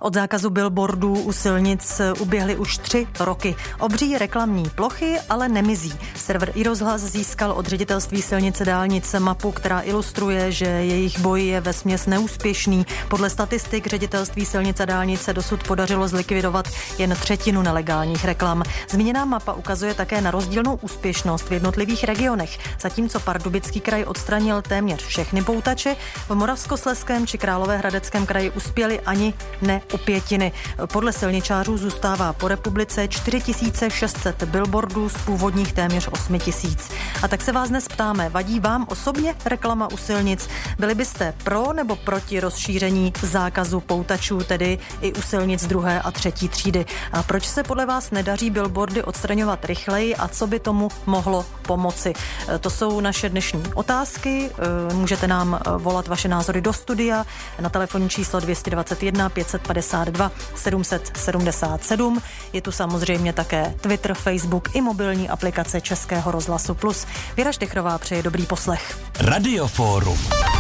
Od zákazu billboardů u silnic uběhly už 3 roky. Obří reklamní plochy ale nemizí. Server iRozhlas získal od ředitelství silnice dálnice mapu, která ilustruje, že jejich boj je vesměs neúspěšný. Podle statistik ředitelství silnice a dálnice dosud podařilo zlikvidovat jen 1/3 nelegálních reklam. Zmíněná mapa ukazuje také na rozdílnou úspěšnost v jednotlivých regionech. Zatímco Pardubický kraj odstranil téměř všechny poutače, v Moravskoslezském či Královéhradeckém kraji uspěli ani ne u 5. Podle silničářů zůstává po republice 4600 billboardů z původních téměř 8000. A tak se vás dnes ptáme, vadí vám osobně reklama u silnic? Byli byste pro nebo proti rozšíření zákazu poutačů, tedy i u silnic 2. a 3. třídy? A proč se podle vás nedaří billboardy odstraňovat rychleji a co by tomu mohlo pomoci? To jsou naše dnešní otázky. Můžete nám volat vaše názory do studia na telefonní číslo 221 552 777. Je tu samozřejmě také Twitter, Facebook i mobilní aplikace Českého rozhlasu Plus. Věra Štychrová přeje dobrý poslech. Radioforum.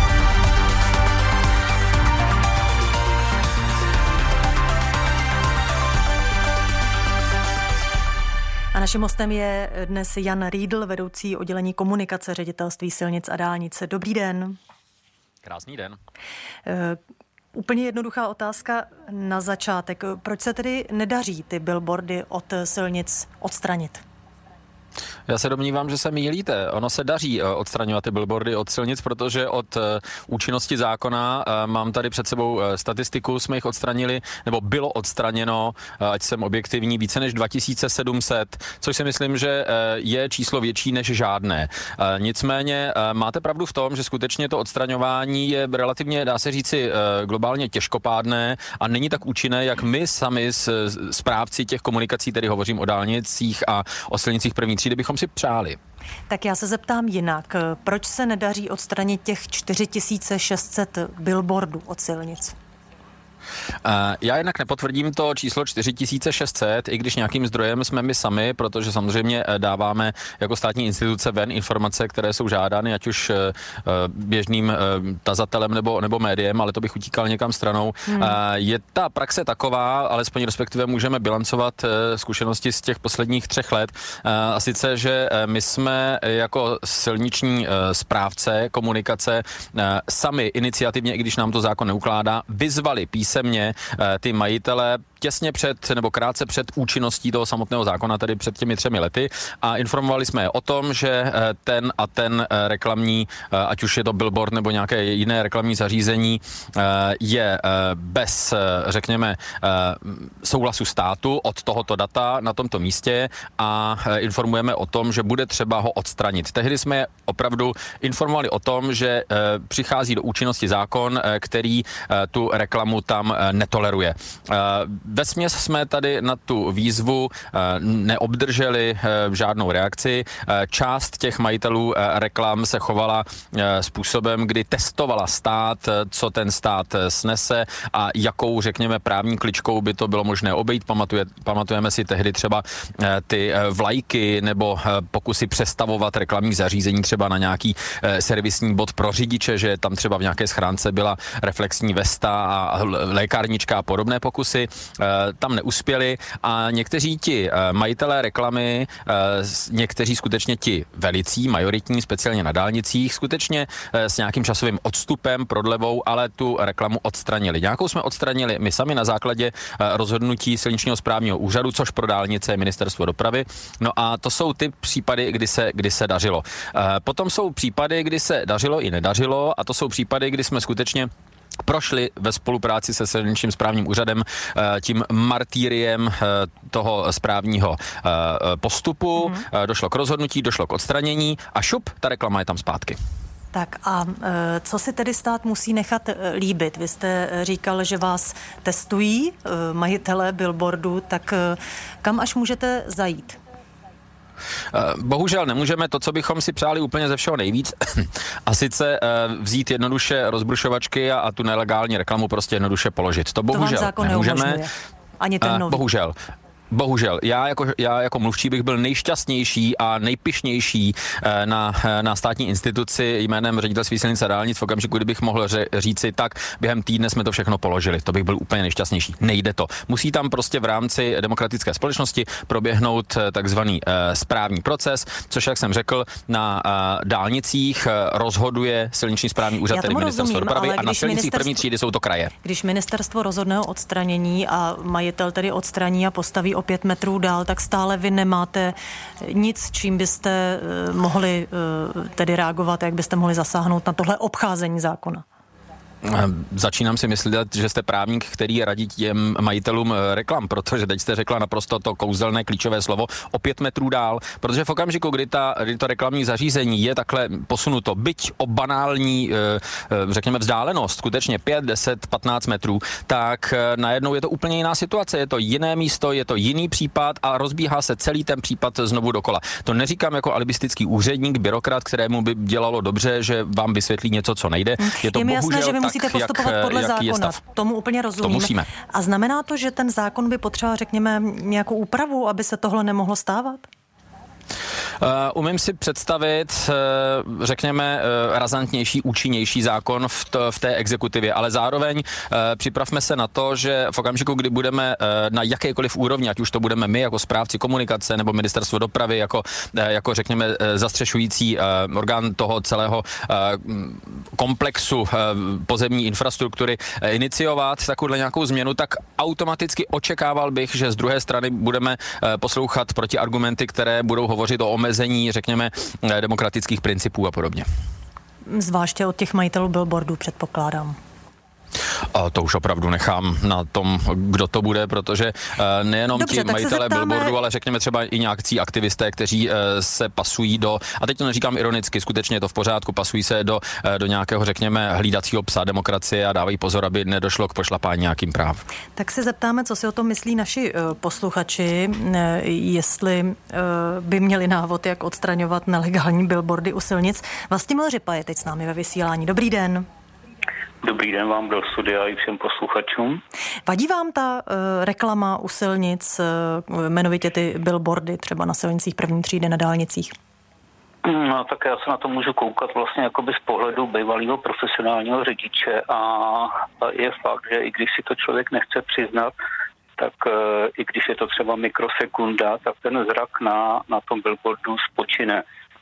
A naším hostem je dnes Jan Riedl, vedoucí oddělení komunikace ředitelství silnic a dálnice. Dobrý den. Krásný den. Úplně jednoduchá otázka na začátek. Proč se tedy nedaří ty billboardy od silnic odstranit? Já se domnívám, že se mýlíte. Ono se daří odstraňovat ty billboardy od silnic, protože od účinnosti zákona mám tady před sebou statistiku, jsme jich odstranili, nebo bylo odstraněno, ať jsem objektivní, více než 2700, což si myslím, že je číslo větší než žádné. Nicméně máte pravdu v tom, že skutečně to odstraňování je relativně, dá se říci, globálně těžkopádné a není tak účinné, jak my sami správci těch komunikací, tedy hovořím o dálnicích a o silnicích první třídy, bychom si přáli. Tak já se zeptám jinak. Proč se nedaří odstranit těch 4600 billboardů od silnic? Já jednak nepotvrdím to číslo 4600, i když nějakým zdrojem jsme my sami, protože samozřejmě dáváme jako státní instituce ven informace, které jsou žádány, ať už běžným tazatelem nebo médiem, ale to bych utíkal někam stranou. Je ta praxe taková, alespoň respektive můžeme bilancovat zkušenosti z těch posledních 3 let, a sice, že my jsme jako silniční správce komunikace sami iniciativně, i když nám to zákon neukládá, vyzvali písemně ty majitele těsně před nebo krátce před účinností toho samotného zákona, tedy před těmi 3 lety, a informovali jsme je o tom, že ten a ten reklamní, ať už je to billboard nebo nějaké jiné reklamní zařízení, je bez, řekněme, souhlasu státu od tohoto data na tomto místě a informujeme o tom, že bude třeba ho odstranit. Tehdy jsme je opravdu informovali o tom, že přichází do účinnosti zákon, který tu reklamu tam netoleruje. Vesměs jsme tady na tu výzvu neobdrželi žádnou reakci. Část těch majitelů reklam se chovala způsobem, kdy testovala stát, co ten stát snese a jakou, řekněme, právní kličkou by to bylo možné obejít. Pamatujeme si tehdy třeba ty vlajky nebo pokusy přestavovat reklamní zařízení třeba na nějaký servisní bod pro řidiče, že tam třeba v nějaké schránce byla reflexní vesta a lékárnička a podobné pokusy. Tam neuspěli a někteří ti majitelé reklamy, někteří skutečně ti velicí, majoritní, speciálně na dálnicích, skutečně s nějakým časovým odstupem, prodlevou, ale tu reklamu odstranili. Nějakou jsme odstranili my sami na základě rozhodnutí silničního správního úřadu, což pro dálnice je Ministerstvo dopravy. No a to jsou ty případy, kdy se dařilo. Potom jsou případy, kdy se dařilo i nedařilo, a to jsou případy, kdy jsme skutečně prošli ve spolupráci se silničním správním úřadem tím martýriem toho správního postupu. Došlo k rozhodnutí, došlo k odstranění a šup, ta reklama je tam zpátky. Tak a co si tedy stát musí nechat líbit? Vy jste říkal, že vás testují majitelé billboardů, tak kam až můžete zajít? Bohužel nemůžeme to, co bychom si přáli úplně ze všeho nejvíc, a sice vzít jednoduše rozbrušovačky a tu nelegální reklamu prostě jednoduše položit. To bohužel vám zákon nemůžeme. Ani ten nový. Bohužel. Bohužel. Já jako mluvčí bych byl nejšťastnější a nejpyšnější na státní instituci jménem Ředitelství silnic a dálnic v okamžiku, kdybych mohl říci, tak během týdne jsme to všechno položili. To bych byl úplně nejšťastnější. Nejde to. Musí tam prostě v rámci demokratické společnosti proběhnout takzvaný správní proces, což, jak jsem řekl, na dálnicích rozhoduje silniční správní úřad, tedy ministerstvo dopravy, a na silnicích první třídy jsou to kraje. Když ministerstvo rozhodne o odstranění a majitel tedy odstraní a postaví o 5 metrů dál, tak stále vy nemáte nic, čím byste mohli tedy reagovat, jak byste mohli zasáhnout na tohle obcházení zákona. Začínám si myslet, že jste právník, který radí těm majitelům reklam, protože teď jste řekla naprosto to kouzelné klíčové slovo o 5 metrů dál, protože v okamžiku, kdy to reklamní zařízení je takhle posunuto, byť o banální, řekněme, vzdálenost, skutečně 5, 10, 15 metrů, tak najednou je to úplně jiná situace, je to jiné místo, je to jiný případ a rozbíhá se celý ten případ znovu dokola. To neříkám jako alibistický úředník, byrokrat, kterému by dělalo dobře, že vám vysvětlí něco, co nejde. Je to bohužel musíte postupovat podle zákona. Tomu úplně rozumím. To musíme. A znamená to, že ten zákon by potřeboval, řekněme, nějakou úpravu, aby se tohle nemohlo stávat? Umím si představit, řekněme, razantnější, účinnější zákon v té exekutivě, ale zároveň připravme se na to, že v okamžiku, kdy budeme na jakékoliv úrovni, ať už to budeme my jako správci komunikace nebo ministerstvo dopravy, jako řekněme zastřešující orgán toho celého komplexu pozemní infrastruktury iniciovat takovou nějakou změnu, tak automaticky očekával bych, že z druhé strany budeme poslouchat protiargumenty, které budou hovořit o omezení, řekněme, demokratických principů a podobně. Zvláště od těch majitelů billboardů, předpokládám. A to už opravdu nechám na tom, kdo to bude, protože nejenom ti majitelé billboardu, ale řekněme třeba i nějakí aktivisté, kteří se pasují a teď to neříkám ironicky, skutečně je to v pořádku, pasují se do nějakého, řekněme, hlídacího psa demokracie a dávají pozor, aby nedošlo k pošlapání nějakým práv. Tak se zeptáme, co si o tom myslí naši posluchači, jestli by měli návod, jak odstraňovat nelegální billboardy u silnic. Vlastimil Řipa je teď s námi ve vysílání. Dobrý den. Dobrý den vám do studia i všem posluchačům. Vadí vám ta reklama u silnic, jmenovitě ty billboardy třeba na silnicích první třídy na dálnicích? No tak já se na to můžu koukat vlastně jakoby z pohledu bývalého profesionálního řidiče a je fakt, že i když si to člověk nechce přiznat, tak i když je to třeba mikrosekunda, tak ten zrak na tom billboardu spočine.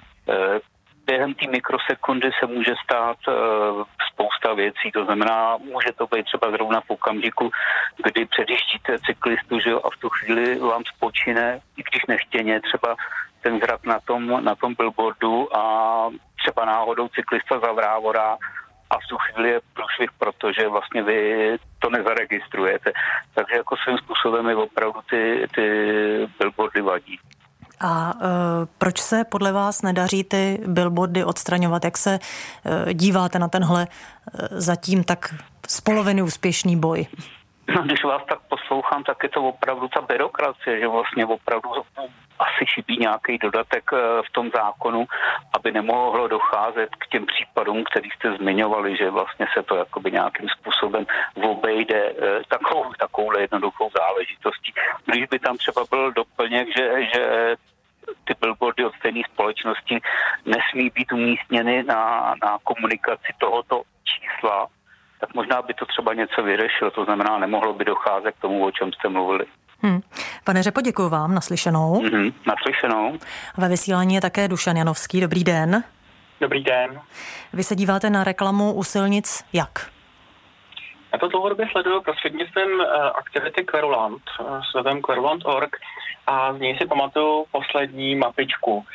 Během té mikrosekundy se může stát spousta věcí, to znamená, může to být třeba zrovna v okamžiku, kdy předjíždíte cyklistu, že jo, a v tu chvíli vám spočine, i když nechtěně, třeba ten zrak na tom billboardu a třeba náhodou cyklista zavrávorá a v tu chvíli je průšvih, protože vlastně vy to nezaregistrujete. Takže jako svým způsobem je opravdu ty billboardy vadí. A proč se podle vás nedaří ty billboardy odstraňovat? Jak se díváte na tenhle zatím tak z poloviny úspěšný boj? No, když vás tak poslouchám, tak je to opravdu ta byrokracie, že vlastně opravdu asi chybí nějaký dodatek v tom zákonu, aby nemohlo docházet k těm případům, který jste zmiňovali, že vlastně se to jakoby nějakým způsobem obejde takovou jednoduchou záležitostí. Když by tam třeba byl doplněk, že ty billboardy od stejné společnosti nesmí být umístěny na komunikaci tohoto čísla, tak možná by to třeba něco vyřešilo, to znamená, nemohlo by docházet k tomu, o čem jste mluvili. Pane Řepo, děkuji vám, naslyšenou. Naslyšenou. Ve vysílání je také Dušan Janovský, dobrý den. Dobrý den. Vy se díváte na reklamu u silnic jak? Já to dlouhodobě sleduju prostřednictvím aktivity Querulant s webem querulant.org a z něj si pamatuju poslední mapičku.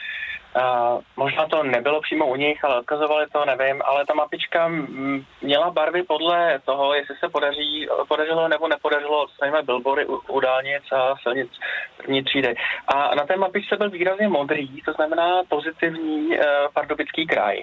Možná to nebylo přímo u nich, ale odkazovali to, nevím, ale ta mapička měla barvy podle toho, jestli se podařilo nebo nepodařilo odstranit billboardy u dálnic a silnic první třídy. A na té mapičce byl výrazně modrý, to znamená pozitivní Pardubický kraj.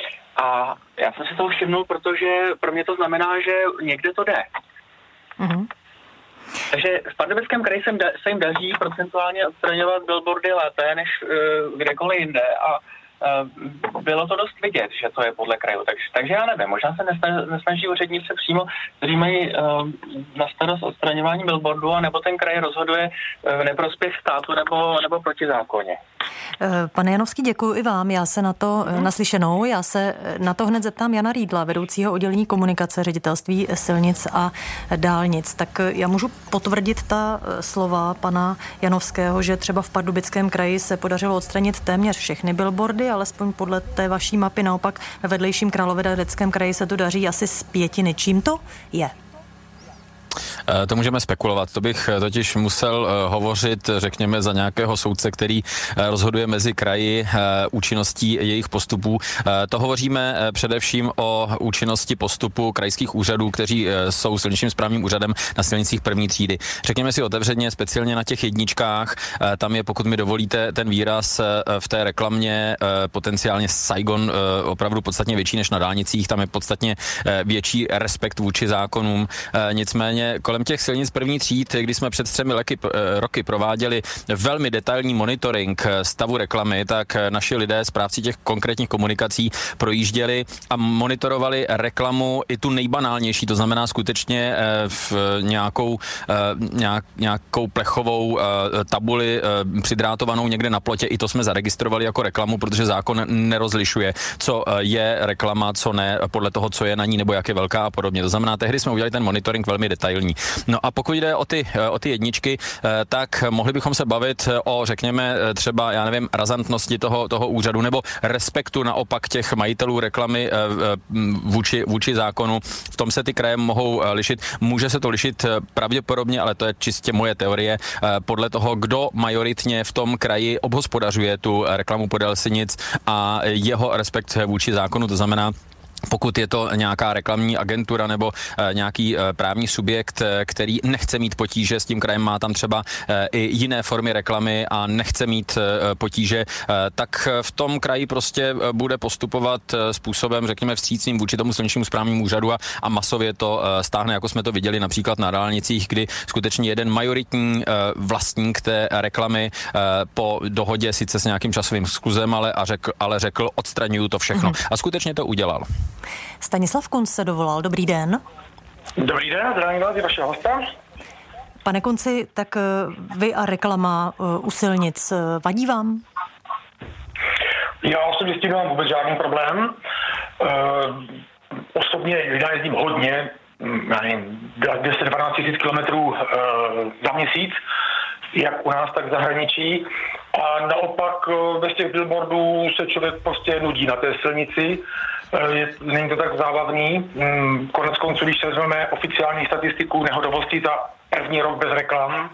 A já jsem si toho všimnul, protože pro mě to znamená, že někde to jde. Mm-hmm. Takže v Pardubickém kraji se jim daří procentuálně odstraňovat billboardy lépe než kdekoliv jinde. A bylo to dost vidět, že to je podle krajů. Takže já nevím, možná se nesnaží úředníci přímo, kteří mají na starost odstraňování billboardu, anebo ten kraj rozhoduje v neprospěch státu nebo proti zákoně. Pane Janovský, děkuji i vám. Já se na to naslyšenou. Já se na to hned zeptám Jana Riedla, vedoucího oddělení komunikace Ředitelství silnic a dálnic. Tak já můžu potvrdit ta slova pana Janovského, že třeba v Pardubickém kraji se podařilo odstranit téměř všechny billboardy, alespoň podle té vaší mapy. Naopak ve vedlejším Královéhradeckém kraji se to daří asi z 5. Čím to je? To můžeme spekulovat. To bych totiž musel hovořit, řekněme, za nějakého soudce, který rozhoduje mezi kraji účinností jejich postupů. To hovoříme především o účinnosti postupu krajských úřadů, kteří jsou silničním správním úřadem na silnicích první třídy. Řekněme si otevřeně, speciálně na těch jedničkách, tam je, pokud mi dovolíte ten výraz, v té reklamě potenciálně Saigon opravdu podstatně větší než na dálnicích, tam je podstatně větší respekt vůči zákonům. Nicméně kolem těch silnic první tříd, kdy jsme před 3 roky prováděli velmi detailní monitoring stavu reklamy, tak naši lidé, správci těch konkrétních komunikací, projížděli a monitorovali reklamu i tu nejbanálnější, to znamená skutečně v nějakou plechovou tabuli přidrátovanou někde na plotě, i to jsme zaregistrovali jako reklamu, protože zákon nerozlišuje, co je reklama, co ne, podle toho, co je na ní nebo jak je velká a podobně. To znamená, tehdy jsme udělali ten monitoring velmi detailní. No a pokud jde o ty jedničky, tak mohli bychom se bavit o, řekněme, třeba, já nevím, razantnosti toho úřadu nebo respektu naopak těch majitelů reklamy vůči zákonu. V tom se ty kraje mohou lišit. Může se to lišit pravděpodobně, ale to je čistě moje teorie, podle toho, kdo majoritně v tom kraji obhospodařuje tu reklamu podél silnic a jeho respekt vůči zákonu, to znamená, pokud je to nějaká reklamní agentura nebo nějaký právní subjekt, který nechce mít potíže s tím krajem, má tam třeba i jiné formy reklamy a nechce mít potíže, tak v tom kraji prostě bude postupovat způsobem, řekněme, vstřícným vůči tomu silničnímu správnímu úřadu a masově to stáhne, jako jsme to viděli například na dálnicích, kdy skutečně jeden majoritní vlastník té reklamy po dohodě sice s nějakým časovým skluzem, ale řekl, odstraňuju to všechno. A skutečně to udělal. Stanislav Kunc se dovolal. Dobrý den. Dobrý den, zdravím vás i vašeho hosta. Pane Kunci, tak vy a reklama u silnic, vadí vám? Já osobně s tím nemám vůbec žádný problém. Osobně já jezdím hodně, 10-12 tisíc kilometrů za měsíc, jak u nás, tak v zahraničí. A naopak bez těch billboardů se člověk prostě nudí na té silnici. Není to tak závadný. Konec konců, když se vezmeme oficiální statistiku nehodovosti za první rok bez reklam,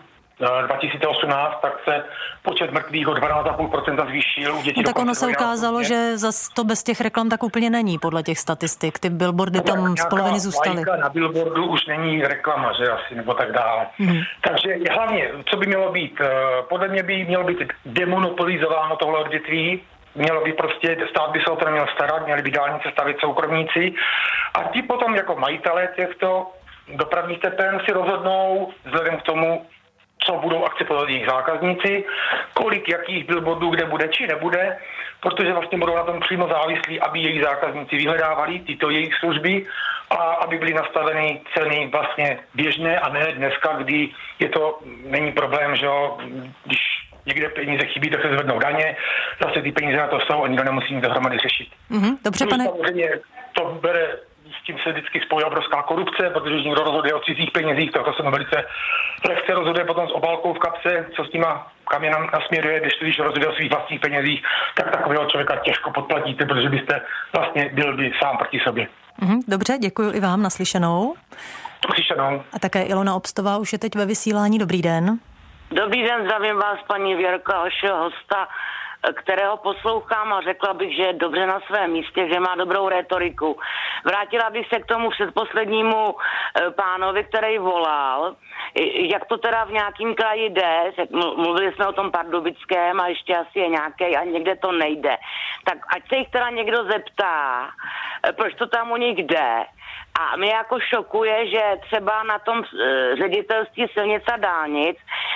2018, tak se počet mrtvých o 12,5% zvýšil. U dětí tak ono se ukázalo, že zas to bez těch reklam tak úplně není, podle těch statistik. Ty billboardy tam z poloviny zůstaly. Na billboardu už není reklama, že asi, nebo tak dále. Takže hlavně, co by mělo být? Podle mě by mělo být demonopolizováno tohle odvětví. Mělo by prostě, stát by se o to neměl starat, měli by dálnice stavit soukromníci a ti potom jako majitelé těchto dopravních tepen si rozhodnou vzhledem k tomu, co budou akceptovat jejich zákazníci, kolik jakých billboardů kde bude či nebude, protože vlastně budou na tom přímo závislí, aby jejich zákazníci vyhledávali tyto jejich služby a aby byly nastaveny ceny vlastně běžné a ne dneska, kdy není problém, že jo, když někde peníze chybí, tak se zvednou daně, zase ty peníze na to jsou a nikdo nemusí nic dohromady řešit. Dobře, pane. Samozřejmě to bere, s tím se vždycky spojí obrovská korupce, protože když někdo rozhoduje o cizích penězích, to se velice lehce rozhoduje potom s obálkou v kapse, co s těma kam je nasměruje, když rozhoduje o svých vlastních penězích, tak takového člověka těžko podplatíte, protože byste vlastně byl by sám proti sobě. Dobře, děkuji i vám, naslyšenou. Naslyšenou. A také Ilona Obstová už je teď ve vysílání. Dobrý den. Dobrý den, zdravím vás, paní Věrko, a vašeho hosta, kterého poslouchám a řekla bych, že je dobře na svém místě, že má dobrou rétoriku. Vrátila bych se k tomu předposlednímu pánovi, který volal, jak to teda v nějakým kraji jde, mluvili jsme o tom Pardubickém a ještě asi je nějaký a někde to nejde. Tak ať se jich teda někdo zeptá, proč to tam u nich jde. A mě jako šokuje, že třeba na tom ředitelství silnic a dálnic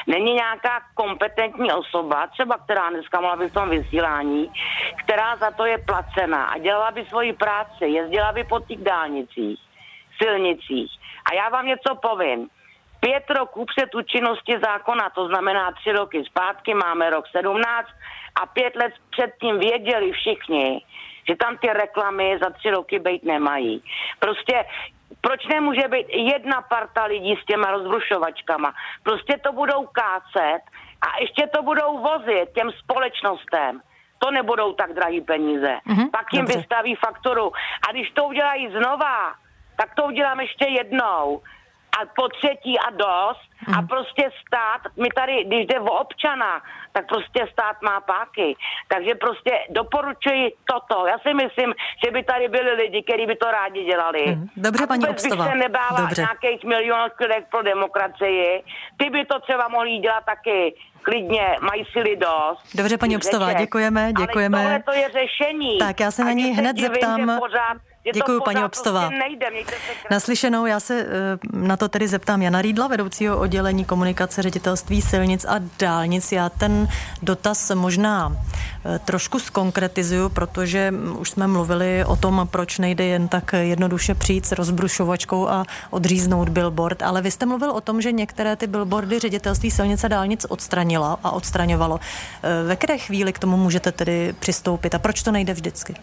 Není nějaká kompetentní osoba, třeba která dneska mohla být v tom vysílání, která za to je placena a dělala by svoji práci, jezdila by po těch dálnicích, silnicích. A já vám něco povím. 5 roků před účinností zákona, to znamená 3 roky zpátky, máme rok 17 a 5 let předtím věděli všichni, že tam ty reklamy za 3 roky být nemají. Prostě proč nemůže být jedna parta lidí s těma rozbrušovačkama? Prostě to budou kácet a ještě to budou vozit těm společnostem. To nebudou tak drahý peníze. Pak jim vystaví fakturu. A když to udělají znova, tak to udělám ještě jednou. A po třetí a dost. A prostě stát, my tady, když jde o občana, tak prostě stát má páky. Takže prostě doporučuji toto. Já si myslím, že by tady byli lidi, kteří by to rádi dělali. Dobře, paní Obstová. Bych se nebála nějakých milionů pro demokracii. Ty by to třeba mohli dělat taky klidně, mají sily dost. Dobře, paní Obstová, děkujeme. Ale tohle to je řešení. Tak já se na ní hned zeptám. Děkuji, paní Obstová. Naslyšenou, já se na to tedy zeptám Jana Riedla, vedoucího oddělení komunikace Ředitelství silnic a dálnic. Já ten dotaz možná trošku zkonkretizuju, protože už jsme mluvili o tom, proč nejde jen tak jednoduše přijít s rozbrušovačkou a odříznout billboard, ale vy jste mluvil o tom, že některé ty billboardy Ředitelství silnic a dálnic odstranila a odstraňovalo. Ve které chvíli k tomu můžete tedy přistoupit a proč to nejde vždycky?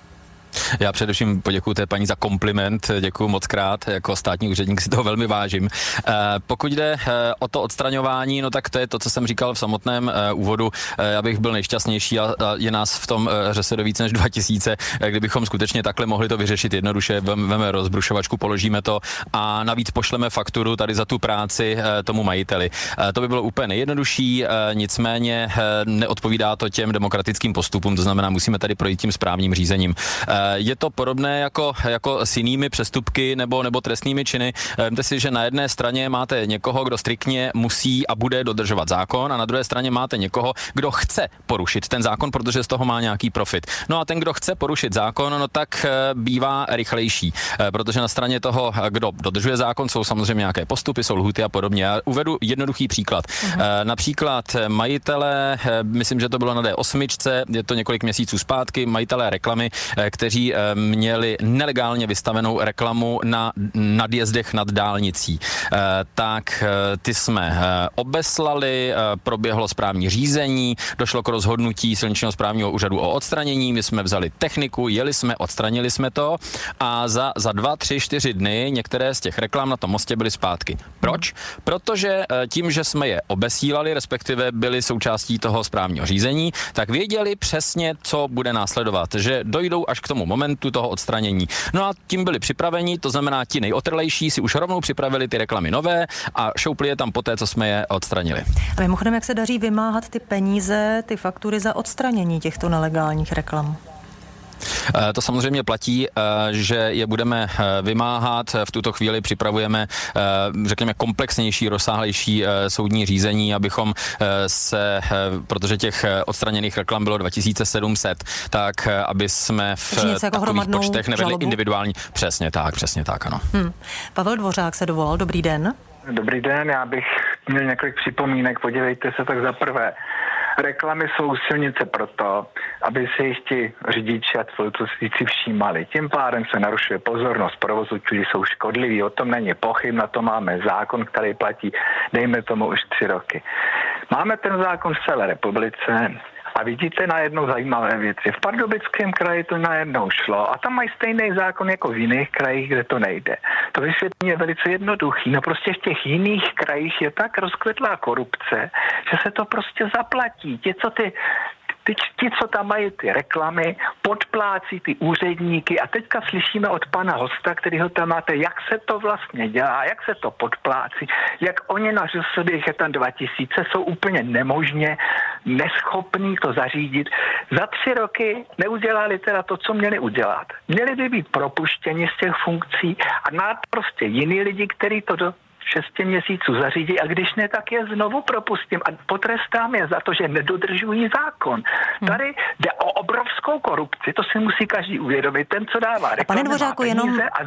Já především poděkuju té paní za kompliment, děkuju moc krát, jako státní úředník si toho velmi vážím. Pokud jde o to odstraňování, no tak to je to, co jsem říkal v samotném úvodu, já bych byl nejšťastnější a je nás v tom ŘSD více než 2000, kdybychom skutečně takhle mohli to vyřešit jednoduše, veme rozbrušovačku, položíme to a navíc pošleme fakturu tady za tu práci tomu majiteli. To by bylo úplně nejjednodušší, nicméně neodpovídá to těm demokratickým postupům, to znamená, musíme tady projít tím správním řízením. Je to podobné jako s jinými přestupky nebo trestnými činy. Vemte si, že na jedné straně máte někoho, kdo striktně musí a bude dodržovat zákon a na druhé straně máte někoho, kdo chce porušit ten zákon, protože z toho má nějaký profit. No a ten, kdo chce porušit zákon, no tak bývá rychlejší, protože na straně toho, kdo dodržuje zákon, jsou samozřejmě nějaké postupy, jsou lhůty a podobně. Já uvedu jednoduchý příklad. Například majitelé, myslím, že to bylo na D8, je to několik měsíců zpátky, majitelé reklamy, kteří měli nelegálně vystavenou reklamu na nadjezdech nad dálnicí. Tak ty jsme obeslali, proběhlo správní řízení, došlo k rozhodnutí silničního správního úřadu o odstranění, my jsme vzali techniku, jeli jsme, odstranili jsme to a za 2, 3, 4 dny některé z těch reklam na tom mostě byly zpátky. Proč? Protože tím, že jsme je obesílali, respektive byli součástí toho správního řízení, tak věděli přesně, co bude následovat, že dojdou až k tomu momentu toho odstranění. No a tím byli připraveni, to znamená ti nejotrlejší si už rovnou připravili ty reklamy nové a šoupli je tam poté, co jsme je odstranili. A mimochodem, jak se daří vymáhat ty peníze, ty faktury za odstranění těchto nelegálních reklam? To samozřejmě platí, že je budeme vymáhat. V tuto chvíli připravujeme, řekněme, komplexnější, rozsáhlejší soudní řízení, abychom protože těch odstraněných reklam bylo 2700, tak aby jsme v takových počtech nevedli individuální. Přesně tak, ano. Pavel Dvořák se dovolal. Dobrý den. Dobrý den, já bych měl několik připomínek. Podívejte se, tak za prvé. Reklamy jsou silnice proto, aby si jich ti řidiči a cestující všímali. Tím pádem se narušuje pozornost provozu, kteří jsou škodliví. O tom není pochyb, na to máme zákon, který platí, dejme tomu už 3 roky. Máme ten zákon v celé republice a vidíte najednou zajímavé věci. V Pardubickém kraji to najednou šlo a tam mají stejný zákon jako v jiných krajích, kde to nejde. To vysvětlení je velice jednoduchý. No prostě v těch jiných krajích je tak rozkvetlá korupce, že se to prostě zaplatí. Ti, co tam mají ty reklamy, podplácí ty úředníky a teďka slyšíme od pana hosta, který ho tam máte, jak se to vlastně dělá, jak se to podplácí, jak oni na ŘSD je tam 2000, jsou úplně nemožně neschopní to zařídit. Za 3 roky neudělali teda to, co měli udělat. Měli by být propuštěni z těch funkcí a prostě jiní lidi, kteří to 6 měsíců zařídí a když ne, tak je znovu propustím a potrestám je za to, že nedodržují zákon. Tady jde o obrovskou korupci, to si musí každý uvědomit. Ten, co dává reklamu, má peníze a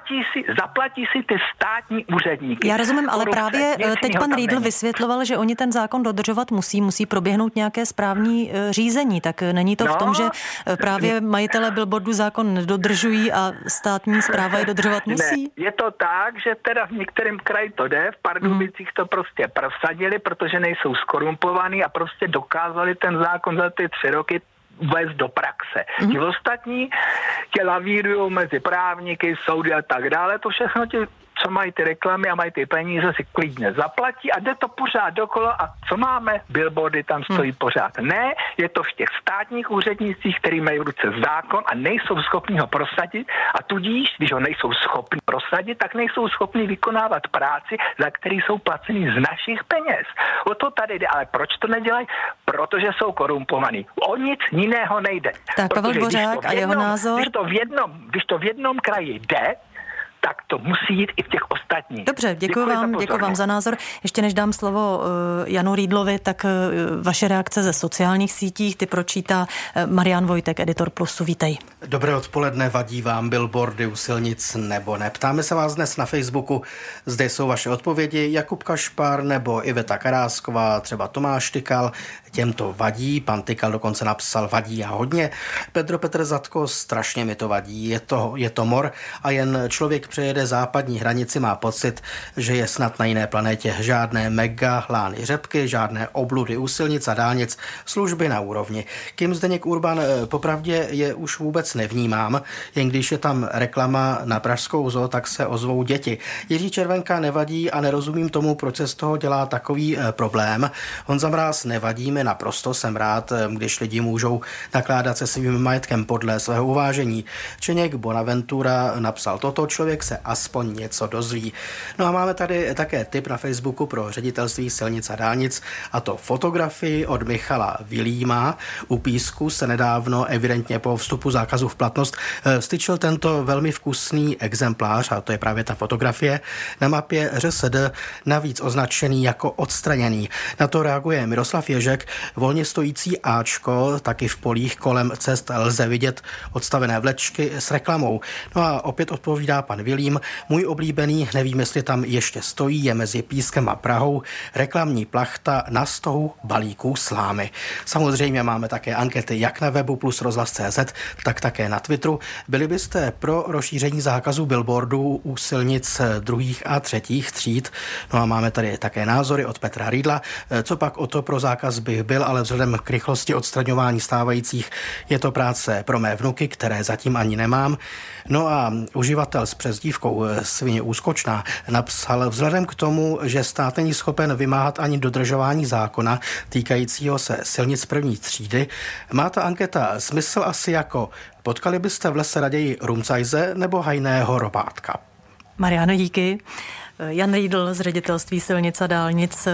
zaplatí si ty státní úředníky. Já rozumím, ale právě teď pan Riedl vysvětloval, že oni ten zákon dodržovat musí proběhnout nějaké správní řízení, tak není to v tom, že právě majitele billboardu zákon nedodržují a státní správa je dodržovat musí? Ne, je to tak, že teda v některém kraji to jde, v Pardubicích to prostě prosadili, protože nejsou skorumpovaní a prostě dokázali ten zákon za ty 3 roky uvést do praxe. Ti ostatní tě lavírujou mezi právníky, soudy a tak dále, to všechno co mají ty reklamy a mají ty peníze, si klidně zaplatí a jde to pořád dokolo a co máme? Billboardy tam stojí pořád. Ne, je to v těch státních úřednicích, který mají v ruce zákon a nejsou schopni ho prosadit a tudíž, když ho nejsou schopni prosadit, tak nejsou schopni vykonávat práci, za který jsou placeni z našich peněz. O to tady jde, ale proč to nedělají? Protože jsou korumpovaní. O nic jiného nejde. Tak Pavel Dvořák a jeho názor? Když to v jednom kraji jde, tak to musí jít i v těch ostatních. Dobře, děkuji vám za názor. Ještě než dám slovo Janu Riedlovi, tak vaše reakce ze sociálních sítích, ty pročítá Marian Vojtek, editor Plusu. Vítej. Dobré odpoledne, vadí vám billboardy u silnic nebo ne? Ptáme se vás dnes na Facebooku, zde jsou vaše odpovědi. Jakub Kašpar nebo Iveta Karásková, třeba Tomáš Tykal, těm to vadí, pan Tykal dokonce napsal vadí a hodně. Petr Zatko, strašně mi to vadí, je to mor a jen člověk přejede západní hranici, má pocit, že je snad na jiné planetě. Žádné mega lány řepky, žádné obludy u silnic a dálnic, služby na úrovni. Kim Zdeněk Urban, popravdě je už vůbec nevnímám, jen když je tam reklama na pražskou zoo, tak se ozvou děti. Jiří Červenka nevadí a nerozumím tomu, proč se z toho dělá takový problém. Honza Mráz nevadí mi, naprosto jsem rád, když lidi můžou nakládat se svým majetkem podle svého uvážení. Čeněk Bonaventura napsal toto, člověk se aspoň něco dozví. No a máme tady také tip na Facebooku pro ředitelství silnic a dálnic, a to fotografii od Michala Vilíma. U Písku se nedávno, evidentně po vstupu zákazu v platnost, styčil tento velmi vkusný exemplář, a to je právě ta fotografie, na mapě ŘSD, navíc označený jako odstraněný. Na to reaguje Miroslav Ježek, volně stojící áčko, taky v polích kolem cest lze vidět odstavené vlečky s reklamou. No a opět odpovídá pan Vilím, můj oblíbený, nevím, jestli tam ještě stojí, je mezi Pískem a Prahou, reklamní plachta na stohu balíků slámy. Samozřejmě máme také ankety jak na webu plus rozhlas.cz, tak také na Twitteru. Byli byste pro rozšíření zákazu billboardů u silnic 2. a 3. tříd? No a máme tady také názory od Petra Riedla. Co pak o to pro zákaz bych byl, ale vzhledem k rychlosti odstraňování stávajících je to práce pro mé vnuky, které zatím ani nemám. No a uživatel s přezdívkou Svině úskočná napsal, vzhledem k tomu, že stát není schopen vymáhat ani dodržování zákona týkajícího se silnic 1. třídy, má ta anketa smysl asi jako potkali byste v lese raději rumcajze nebo hajného robátka? Mariano, díky. Jan Riedl z ředitelství silnic a dálnic.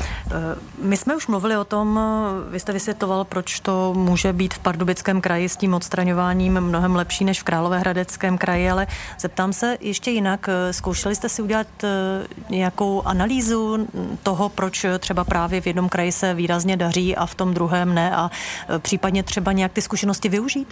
My jsme už mluvili o tom, vy jste vysvětloval, proč to může být v Pardubickém kraji s tím odstraňováním mnohem lepší než v Královéhradeckém kraji, ale zeptám se ještě jinak. Zkoušeli jste si udělat nějakou analýzu toho, proč třeba právě v jednom kraji se výrazně daří a v tom druhém ne, a případně třeba nějak ty zkušenosti využít?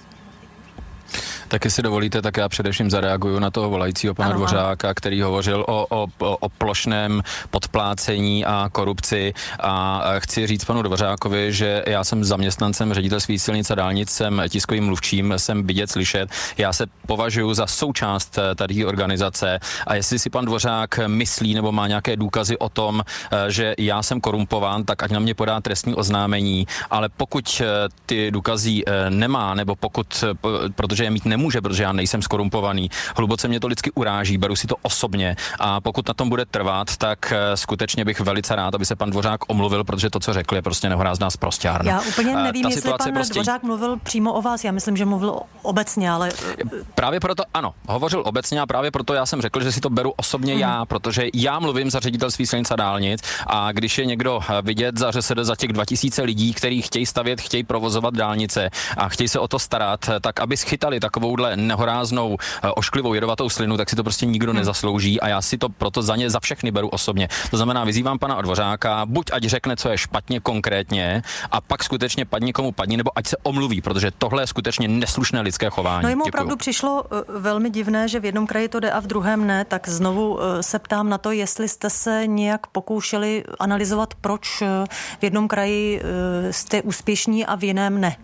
Tak jestli dovolíte, tak já především zareaguju na toho volajícího pana Dvořáka, který hovořil o plošném podplácení a korupci, a chci říct panu Dvořákovi, že já jsem zaměstnancem ředitelství silnic a dálnic, jsem tiskovým mluvčím, jsem vidět, slyšet. Já se považuji za součást tady organizace, a jestli si pan Dvořák myslí nebo má nějaké důkazy o tom, že já jsem korumpován, tak ať na mě podá trestní oznámení, ale pokud ty důkazy nemá, nebo protože je mít nemůže, protože já nejsem skorumpovaný. Hluboce mě to lidsky uráží, beru si to osobně, a pokud na tom bude trvat, tak skutečně bych velice rád, aby se pan Dvořák omluvil, protože to, co řekl, je prostě nehorázná sprosťárna. Já úplně nevím, jestli pan Dvořák mluvil přímo o vás, já myslím, že mluvil obecně, ale... Právě proto, ano, hovořil obecně, a právě proto já jsem řekl, že si to beru osobně já, protože já mluvím za ředitelství silnic a dálnic, a když je někdo vidět za ŘSD, za těch 2000 lidí, kteří chtějí stavět, chtějí provozovat dálnice a chtějí se o to starat, tak aby schytali takovou takovouhle nehoráznou, ošklivou jedovatou slinu, tak si to prostě nikdo nezaslouží a já si to proto za všechny beru osobně. To znamená, vyzývám pana Dvořáka, buď ať řekne, co je špatně konkrétně, a pak skutečně padni komu padni, nebo ať se omluví, protože tohle je skutečně neslušné lidské chování. No jemu opravdu přišlo velmi divné, že v jednom kraji to jde a v druhém ne, tak znovu se ptám na to, jestli jste se nějak pokoušeli analyzovat, proč v jednom kraji jste úspěšní a v jiném ne.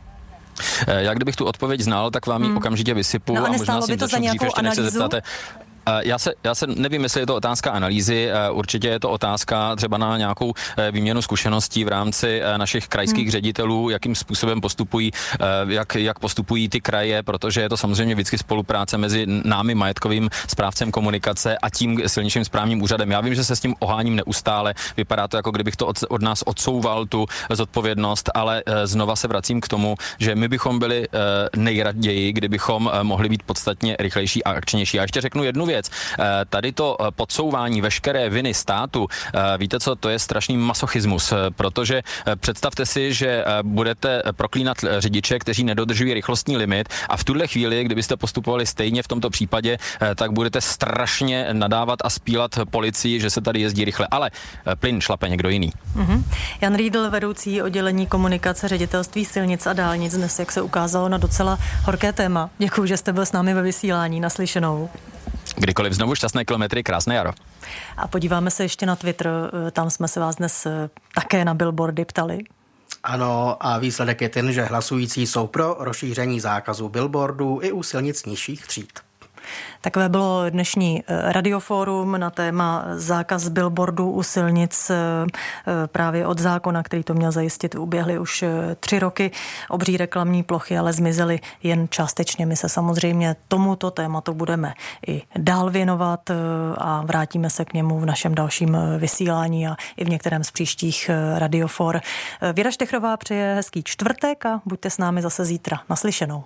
Já kdybych tu odpověď znal, tak vám ji okamžitě vysypu a možná si začnu dřív, ještě než se zeptáte. Já se nevím, jestli je to otázka analýzy, určitě je to otázka třeba na nějakou výměnu zkušeností v rámci našich krajských ředitelů, jakým způsobem postupují, jak postupují ty kraje, protože je to samozřejmě vždycky spolupráce mezi námi, majetkovým správcem komunikace, a tím silničním správním úřadem. Já vím, že se s tím oháním neustále, vypadá to, jako kdybych to od nás odsouval tu zodpovědnost, ale znova se vracím k tomu, že my bychom byli nejraději, kdybychom mohli být podstatně rychlejší a akčnější. A ještě řeknu jednu věc. Tady to podsouvání veškeré viny státu, víte co, to je strašný masochismus, protože představte si, že budete proklínat řidiče, kteří nedodržují rychlostní limit, a v tuhle chvíli, kdybyste postupovali stejně v tomto případě, tak budete strašně nadávat a spílat policii, že se tady jezdí rychle, ale plyn šlape někdo jiný. Jan Riedl, vedoucí oddělení komunikace Ředitelství silnic a dálnic, dnes, jak se ukázalo, na docela horké téma. Děkuji, že jste byl s námi ve vysílání. Naslyšenou. Kdykoliv, znovu šťastné kilometry, krásné jaro. A podíváme se ještě na Twitter, tam jsme se vás dnes také na billboardy ptali. Ano, a výsledek je ten, že hlasující jsou pro rozšíření zákazu billboardů i u silnic nižších tříd. Takové bylo dnešní radiofórum na téma zákaz billboardů u silnic. Právě od zákona, který to měl zajistit, uběhly už 3 roky. Obří reklamní plochy ale zmizely jen částečně. My se samozřejmě tomuto tématu budeme i dál věnovat a vrátíme se k němu v našem dalším vysílání a i v některém z příštích radiofor. Věra Štechrová přeje hezký čtvrtek a buďte s námi zase zítra. Naslyšenou.